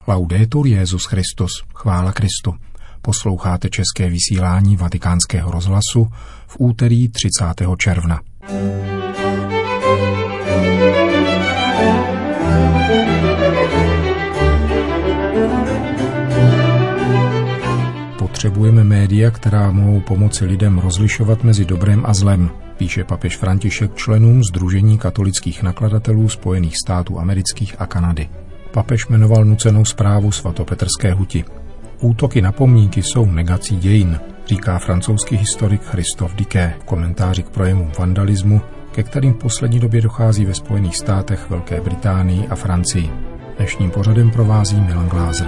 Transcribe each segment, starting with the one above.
Laudetur Jesus Christus, chvála Kristu. Posloucháte české vysílání Vatikánského rozhlasu v úterý 30. června. Potřebujeme média, která mohou pomoci lidem rozlišovat mezi dobrem a zlem, píše papež František členům Sdružení katolických nakladatelů Spojených států amerických a Kanady. Papež jmenoval nucenou zprávu svatopetrské huti. Útoky na pomníky jsou negací dějin, říká francouzský historik Christophe Diquet v komentáři k projevům vandalismu, ke kterým v poslední době dochází ve Spojených státech, Velké Británii a Francii. Dnešním pořadem provází Milan Glázer.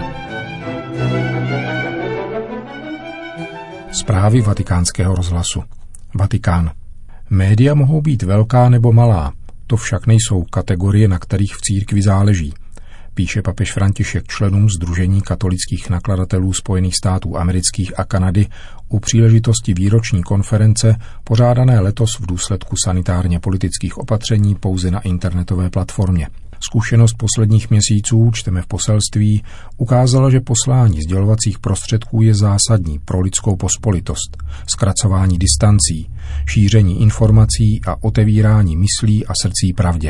Zprávy Vatikánského rozhlasu. Vatikán. Média mohou být velká nebo malá, to však nejsou kategorie, na kterých v církvi záleží, píše papež František členům Sdružení katolických nakladatelů Spojených států amerických a Kanady u příležitosti výroční konference pořádané letos v důsledku sanitárně politických opatření pouze na internetové platformě. Zkušenost posledních měsíců, čteme v poselství, ukázala, že poslání sdělovacích prostředků je zásadní pro lidskou pospolitost, zkracování distancí, šíření informací a otevírání myslí a srdcí pravdě.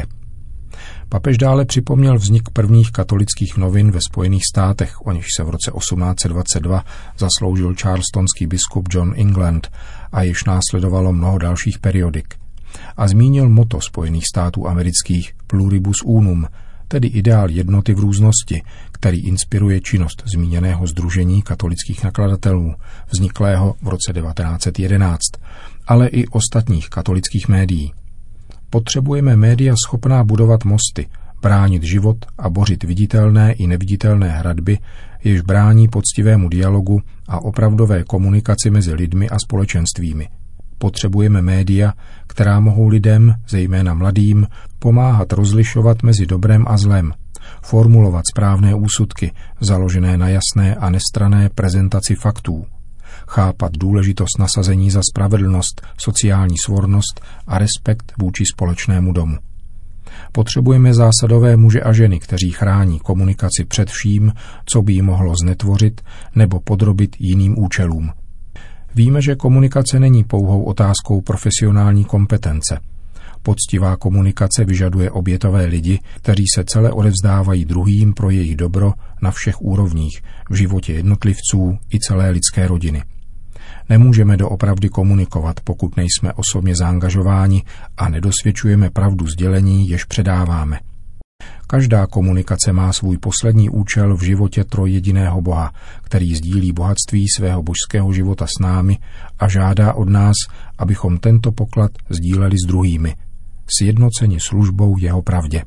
Papež dále připomněl vznik prvních katolických novin ve Spojených státech, o nichž se v roce 1822 zasloužil charlestonský biskup John England a již následovalo mnoho dalších periodik. A zmínil motto Spojených států amerických Pluribus Unum, tedy ideál jednoty v různosti, který inspiruje činnost zmíněného Sdružení katolických nakladatelů, vzniklého v roce 1911, ale i ostatních katolických médií. Potřebujeme média schopná budovat mosty, bránit život a bořit viditelné i neviditelné hradby, jež brání poctivému dialogu a opravdové komunikaci mezi lidmi a společenstvími. Potřebujeme média, která mohou lidem, zejména mladým, pomáhat rozlišovat mezi dobrem a zlem, formulovat správné úsudky, založené na jasné a nestranné prezentaci faktů, chápat důležitost nasazení za spravedlnost, sociální svornost a respekt vůči společnému domu. Potřebujeme zásadové muže a ženy, kteří chrání komunikaci před vším, co by ji mohlo znetvořit nebo podrobit jiným účelům. Víme, že komunikace není pouhou otázkou profesionální kompetence. Poctivá komunikace vyžaduje obětavé lidi, kteří se celé odevzdávají druhým pro jejich dobro na všech úrovních, v životě jednotlivců i celé lidské rodiny. Nemůžeme doopravdy komunikovat, pokud nejsme osobně zaangažováni a nedosvědčujeme pravdu sdělení, jež předáváme. Každá komunikace má svůj poslední účel v životě trojjediného Boha, který sdílí bohatství svého božského života s námi a žádá od nás, abychom tento poklad sdíleli s druhými, sjednoceni službou jeho pravdě.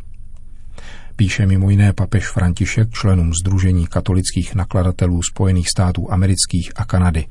Píše mimo jiné papež František členům Sdružení katolických nakladatelů Spojených států amerických a Kanady.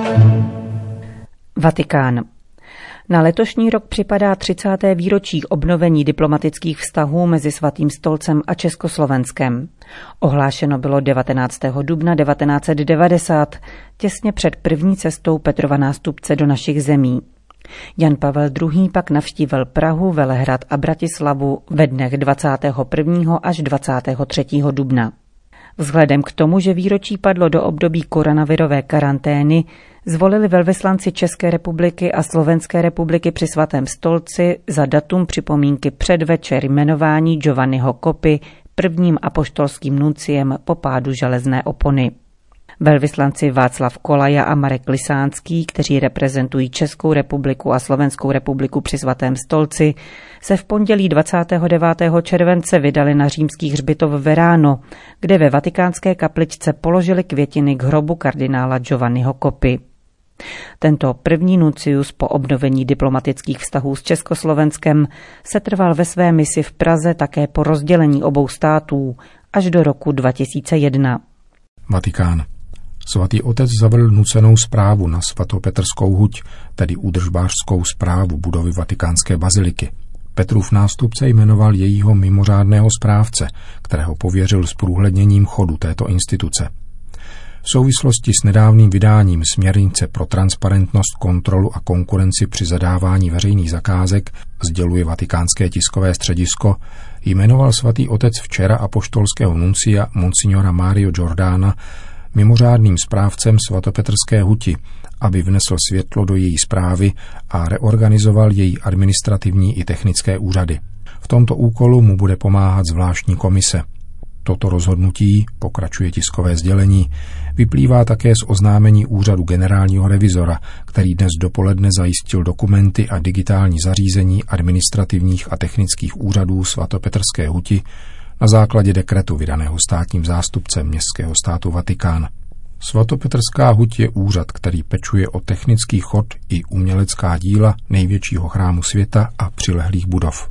Vatikán. Na letošní rok připadá 30. výročí obnovení diplomatických vztahů mezi Svatým stolcem a Československem. Ohlášeno bylo 19. dubna 1990, těsně před první cestou Petrova nástupce do našich zemí. Jan Pavel II. Pak navštívil Prahu, Velehrad a Bratislavu ve dnech 21. až 23. dubna. Vzhledem k tomu, že výročí padlo do období koronavirové karantény, zvolili velvyslanci České republiky a Slovenské republiky při Svatém stolci za datum připomínky předvečer jmenování Giovanniho Copy prvním apoštolským nunciem po pádu železné opony. Velvyslanci Václav Kolaja a Marek Lisánský, kteří reprezentují Českou republiku a Slovenskou republiku při Svatém stolci, se v pondělí 29. července vydali na římský hřbitov Verano, kde ve vatikánské kapličce položili květiny k hrobu kardinála Giovanniho Copy. Tento první nuncius po obnovení diplomatických vztahů s Československem setrval ve své misi v Praze také po rozdělení obou států až do roku 2001. Vatikán. Svatý otec zavedl nucenou správu na svatopeterskou huť, tedy údržbářskou správu budovy vatikánské baziliky. Petrův nástupce jmenoval jejího mimořádného správce, kterého pověřil zprůhledněním chodu této instituce. V souvislosti s nedávným vydáním směrnice pro transparentnost, kontrolu a konkurenci při zadávání veřejných zakázek sděluje vatikánské tiskové středisko, jmenoval svatý otec včera apoštolského nuncia monsignora Mario Giordana mimořádným správcem svatopetrské huti, aby vnesl světlo do její správy a reorganizoval její administrativní i technické úřady. V tomto úkolu mu bude pomáhat zvláštní komise. Toto rozhodnutí, pokračuje tiskové sdělení, vyplývá také z oznámení úřadu generálního revizora, který dnes dopoledne zajistil dokumenty a digitální zařízení administrativních a technických úřadů svatopetrské huti na základě dekretu vydaného státním zástupcem městského státu Vatikán. Svatopetrská huť je úřad, který pečuje o technický chod i umělecká díla největšího chrámu světa a přilehlých budov.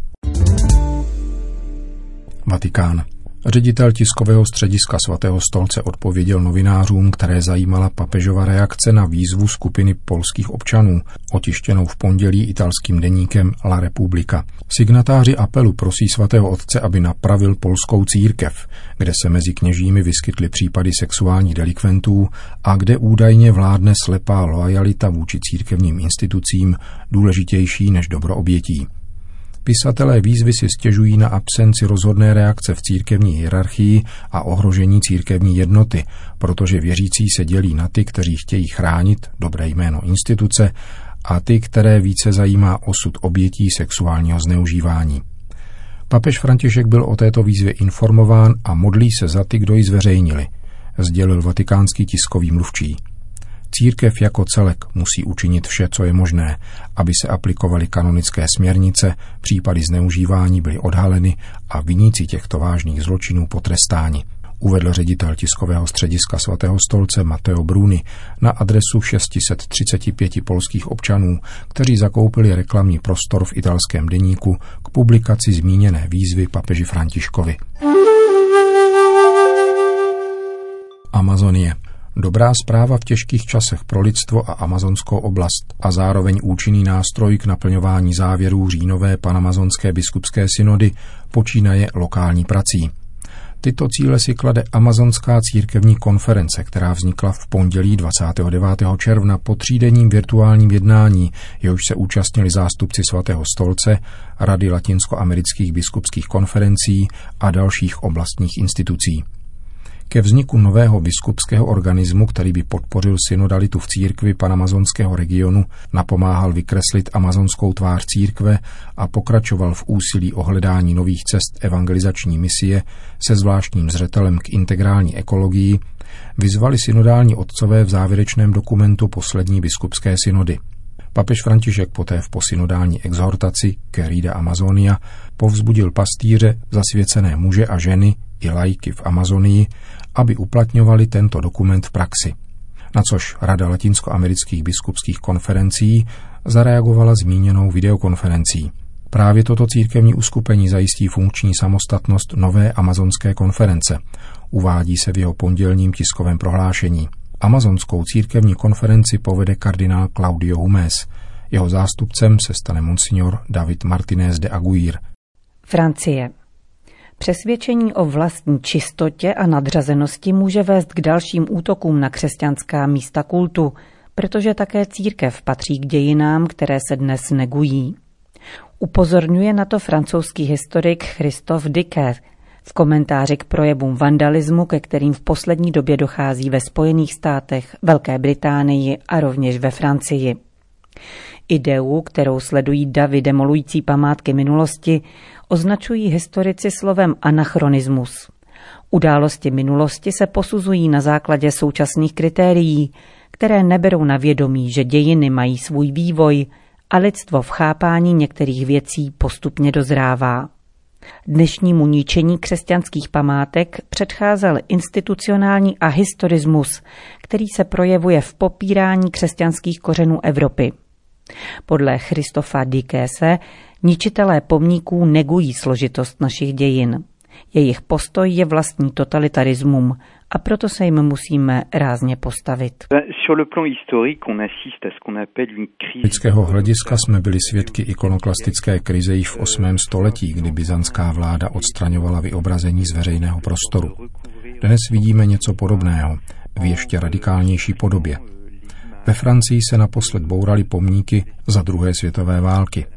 Vatikán. Ředitel tiskového střediska Svatého stolce odpověděl novinářům, které zajímala papežova reakce na výzvu skupiny polských občanů, otištěnou v pondělí italským deníkem La Repubblica. Signatáři apelu prosí svatého otce, aby napravil polskou církev, kde se mezi kněžími vyskytly případy sexuálních delikventů a kde údajně vládne slepá loajalita vůči církevním institucím, důležitější než dobro obětí. Pisatelé výzvy si stěžují na absenci rozhodné reakce v církevní hierarchii a ohrožení církevní jednoty, protože věřící se dělí na ty, kteří chtějí chránit dobré jméno instituce, a ty, které více zajímá osud obětí sexuálního zneužívání. Papež František byl o této výzvě informován a modlí se za ty, kdo ji zveřejnili, sdělil vatikánský tiskový mluvčí. Církev jako celek musí učinit vše, co je možné, aby se aplikovaly kanonické směrnice, případy zneužívání byly odhaleny a viníci těchto vážných zločinů potrestáni, uvedl ředitel tiskového střediska Svatého stolce Matteo Bruni na adresu 635 polských občanů, kteří zakoupili reklamní prostor v italském deníku k publikaci zmíněné výzvy papeži Františkovi. Amazonie. Dobrá zpráva v těžkých časech pro lidstvo a amazonskou oblast a zároveň účinný nástroj k naplňování závěrů říjnové panamazonské biskupské synody počínaje lokální prací. Tyto cíle si klade Amazonská církevní konference, která vznikla v pondělí 29. června po třídenním virtuálním jednání, jehož se účastnili zástupci Svatého stolce, Rady latinskoamerických biskupských konferencí a dalších oblastních institucí. Ke vzniku nového biskupského organismu, který by podpořil synodalitu v církvi panamazonského regionu, napomáhal vykreslit amazonskou tvář církve a pokračoval v úsilí o hledání nových cest evangelizační misie se zvláštním zřetelem k integrální ekologii, vyzvali synodální otcové v závěrečném dokumentu poslední biskupské synody. Papež František poté v posynodální exhortaci Querida Amazonia povzbudil pastýře, zasvěcené muže a ženy i laiky v Amazonii, aby uplatňovali tento dokument v praxi. Na což Rada latinskoamerických biskupských konferencí zareagovala zmíněnou videokonferencí. Právě toto církevní uskupení zajistí funkční samostatnost nové amazonské konference, uvádí se v jeho pondělním tiskovém prohlášení. Amazonskou církevní konferenci povede kardinál Claudio Humés. Jeho zástupcem se stane monsignor David Martinez de Aguirre. Francie. Přesvědčení o vlastní čistotě a nadřazenosti může vést k dalším útokům na křesťanská místa kultu, protože také církev patří k dějinám, které se dnes negují. Upozorňuje na to francouzský historik Christophe Dicker v komentáři k projevům vandalismu, ke kterým v poslední době dochází ve Spojených státech, Velké Británii a rovněž ve Francii. Ideu, kterou sledují davy demolující památky minulosti, označují historici slovem anachronismus. Události minulosti se posuzují na základě současných kritérií, které neberou na vědomí, že dějiny mají svůj vývoj a lidstvo v chápání některých věcí postupně dozrává. Dnešnímu ničení křesťanských památek předcházel institucionální ahistorismus, který se projevuje v popírání křesťanských kořenů Evropy. Podle Christopha Dickese ničitelé pomníků negují složitost našich dějin. Jejich postoj je vlastní totalitarismum a proto se jim musíme rázně postavit. Z lidského hlediska jsme byli svědky ikonoklastické krize již v 8. století, kdy byzantská vláda odstraňovala vyobrazení z veřejného prostoru. Dnes vidíme něco podobného, v ještě radikálnější podobě. Ve Francii se naposled bouraly pomníky za druhé světové války.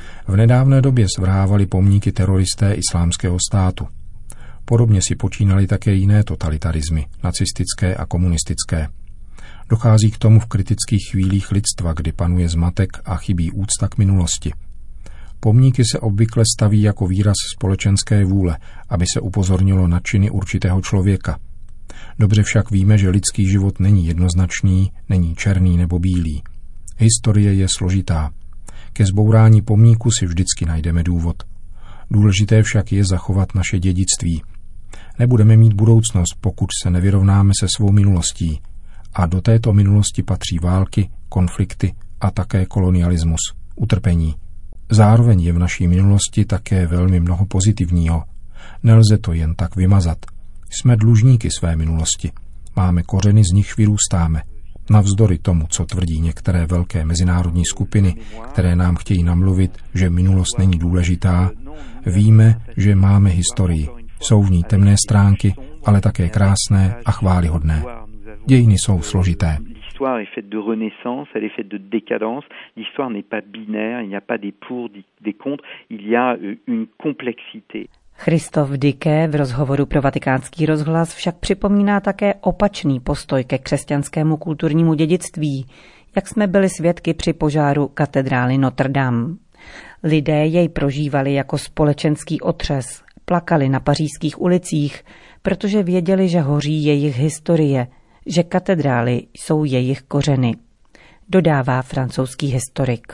V nedávné době svrhávali pomníky teroristé Islámského státu. Podobně si počínaly také jiné totalitarismy, nacistické a komunistické. Dochází k tomu v kritických chvílích lidstva, kdy panuje zmatek a chybí úcta k minulosti. Pomníky se obvykle staví jako výraz společenské vůle, aby se upozornilo na činy určitého člověka. Dobře však víme, že lidský život není jednoznačný, není černý nebo bílý. Historie je složitá. Ke zbourání pomníku si vždycky najdeme důvod. Důležité však je zachovat naše dědictví. Nebudeme mít budoucnost, pokud se nevyrovnáme se svou minulostí. A do této minulosti patří války, konflikty a také kolonialismus, utrpení. Zároveň je v naší minulosti také velmi mnoho pozitivního. Nelze to jen tak vymazat. Jsme dlužníky své minulosti. Máme kořeny, z nichž vyrůstáme. Navzdory tomu, co tvrdí některé velké mezinárodní skupiny, které nám chtějí namluvit, že minulost není důležitá, víme, že máme historii. Jsou v ní temné stránky, ale také krásné a chvályhodné. Dějiny jsou složité. L'histoire est faite de renaissance, elle est faite de décadence. L'histoire n'est pas binaire, il n'y a pas des pour, des contre, il y a une complexité. Christoph Dicke v rozhovoru pro Vatikánský rozhlas však připomíná také opačný postoj ke křesťanskému kulturnímu dědictví, jak jsme byli svědky při požáru katedrály Notre Dame. Lidé jej prožívali jako společenský otřes, plakali na pařížských ulicích, protože věděli, že hoří jejich historie, že katedrály jsou jejich kořeny, dodává francouzský historik.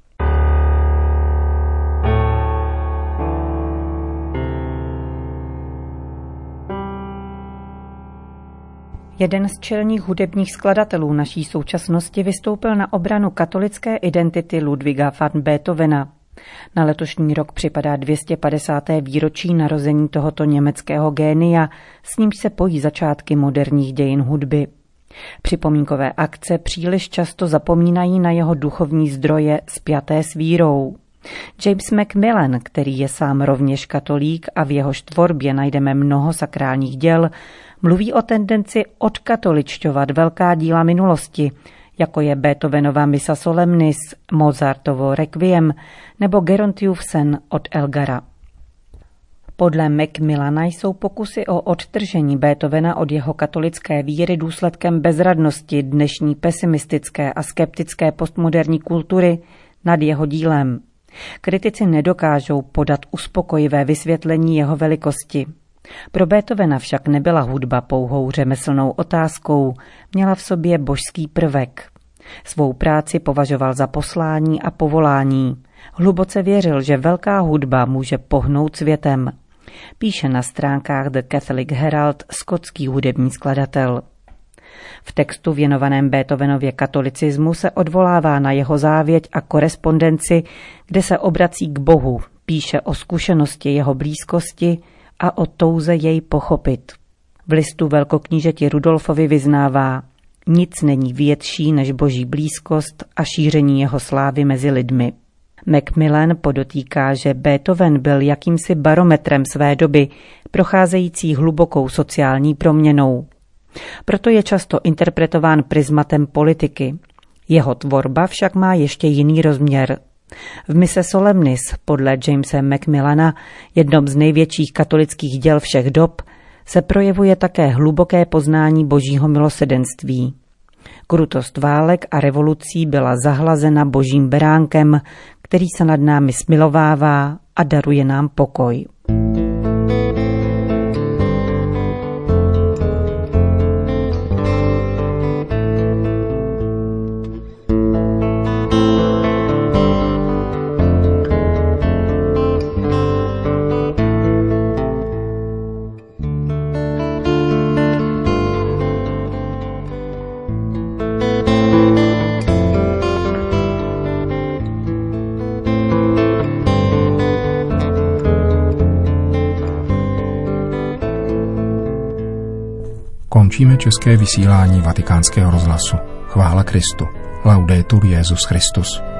Jeden z čelních hudebních skladatelů naší současnosti vystoupil na obranu katolické identity Ludwiga van Beethovena. Na letošní rok připadá 250. výročí narození tohoto německého génia, s nímž se pojí začátky moderních dějin hudby. Připomínkové akce příliš často zapomínají na jeho duchovní zdroje spjaté s vírou. James Macmillan, který je sám rovněž katolík a v jehož tvorbě najdeme mnoho sakrálních děl, mluví o tendenci odkatoličťovat velká díla minulosti, jako je Beethovenova Missa Solemnis, Mozartovo Requiem nebo Gerontiův sen od Elgara. Podle Macmillana jsou pokusy o odtržení Beethovena od jeho katolické víry důsledkem bezradnosti dnešní pesimistické a skeptické postmoderní kultury nad jeho dílem. Kritici nedokážou podat uspokojivé vysvětlení jeho velikosti. Pro Beethovena však nebyla hudba pouhou řemeslnou otázkou, měla v sobě božský prvek. Svou práci považoval za poslání a povolání. Hluboce věřil, že velká hudba může pohnout světem. Píše na stránkách The Catholic Herald skotský hudební skladatel. V textu věnovaném Beethovenově katolicismu se odvolává na jeho závěť a korespondenci, kde se obrací k Bohu, píše o zkušenosti jeho blízkosti a o touze jej pochopit. V listu velkoknížeti Rudolfovi vyznává: nic není větší než boží blízkost a šíření jeho slávy mezi lidmi. Macmillan podotýká, že Beethoven byl jakýmsi barometrem své doby, procházející hlubokou sociální proměnou. Proto je často interpretován prismatem politiky. Jeho tvorba však má ještě jiný rozměr. V Mise Solemnis podle Jamese Macmillana, jednom z největších katolických děl všech dob, se projevuje také hluboké poznání božího milosedenství. Krutost válek a revolucí byla zahlazena božím beránkem, který se nad námi smilovává a daruje nám pokoj. Končíme české vysílání Vatikánského rozhlasu. Chvála Kristu. Laudetur Jesus Christus.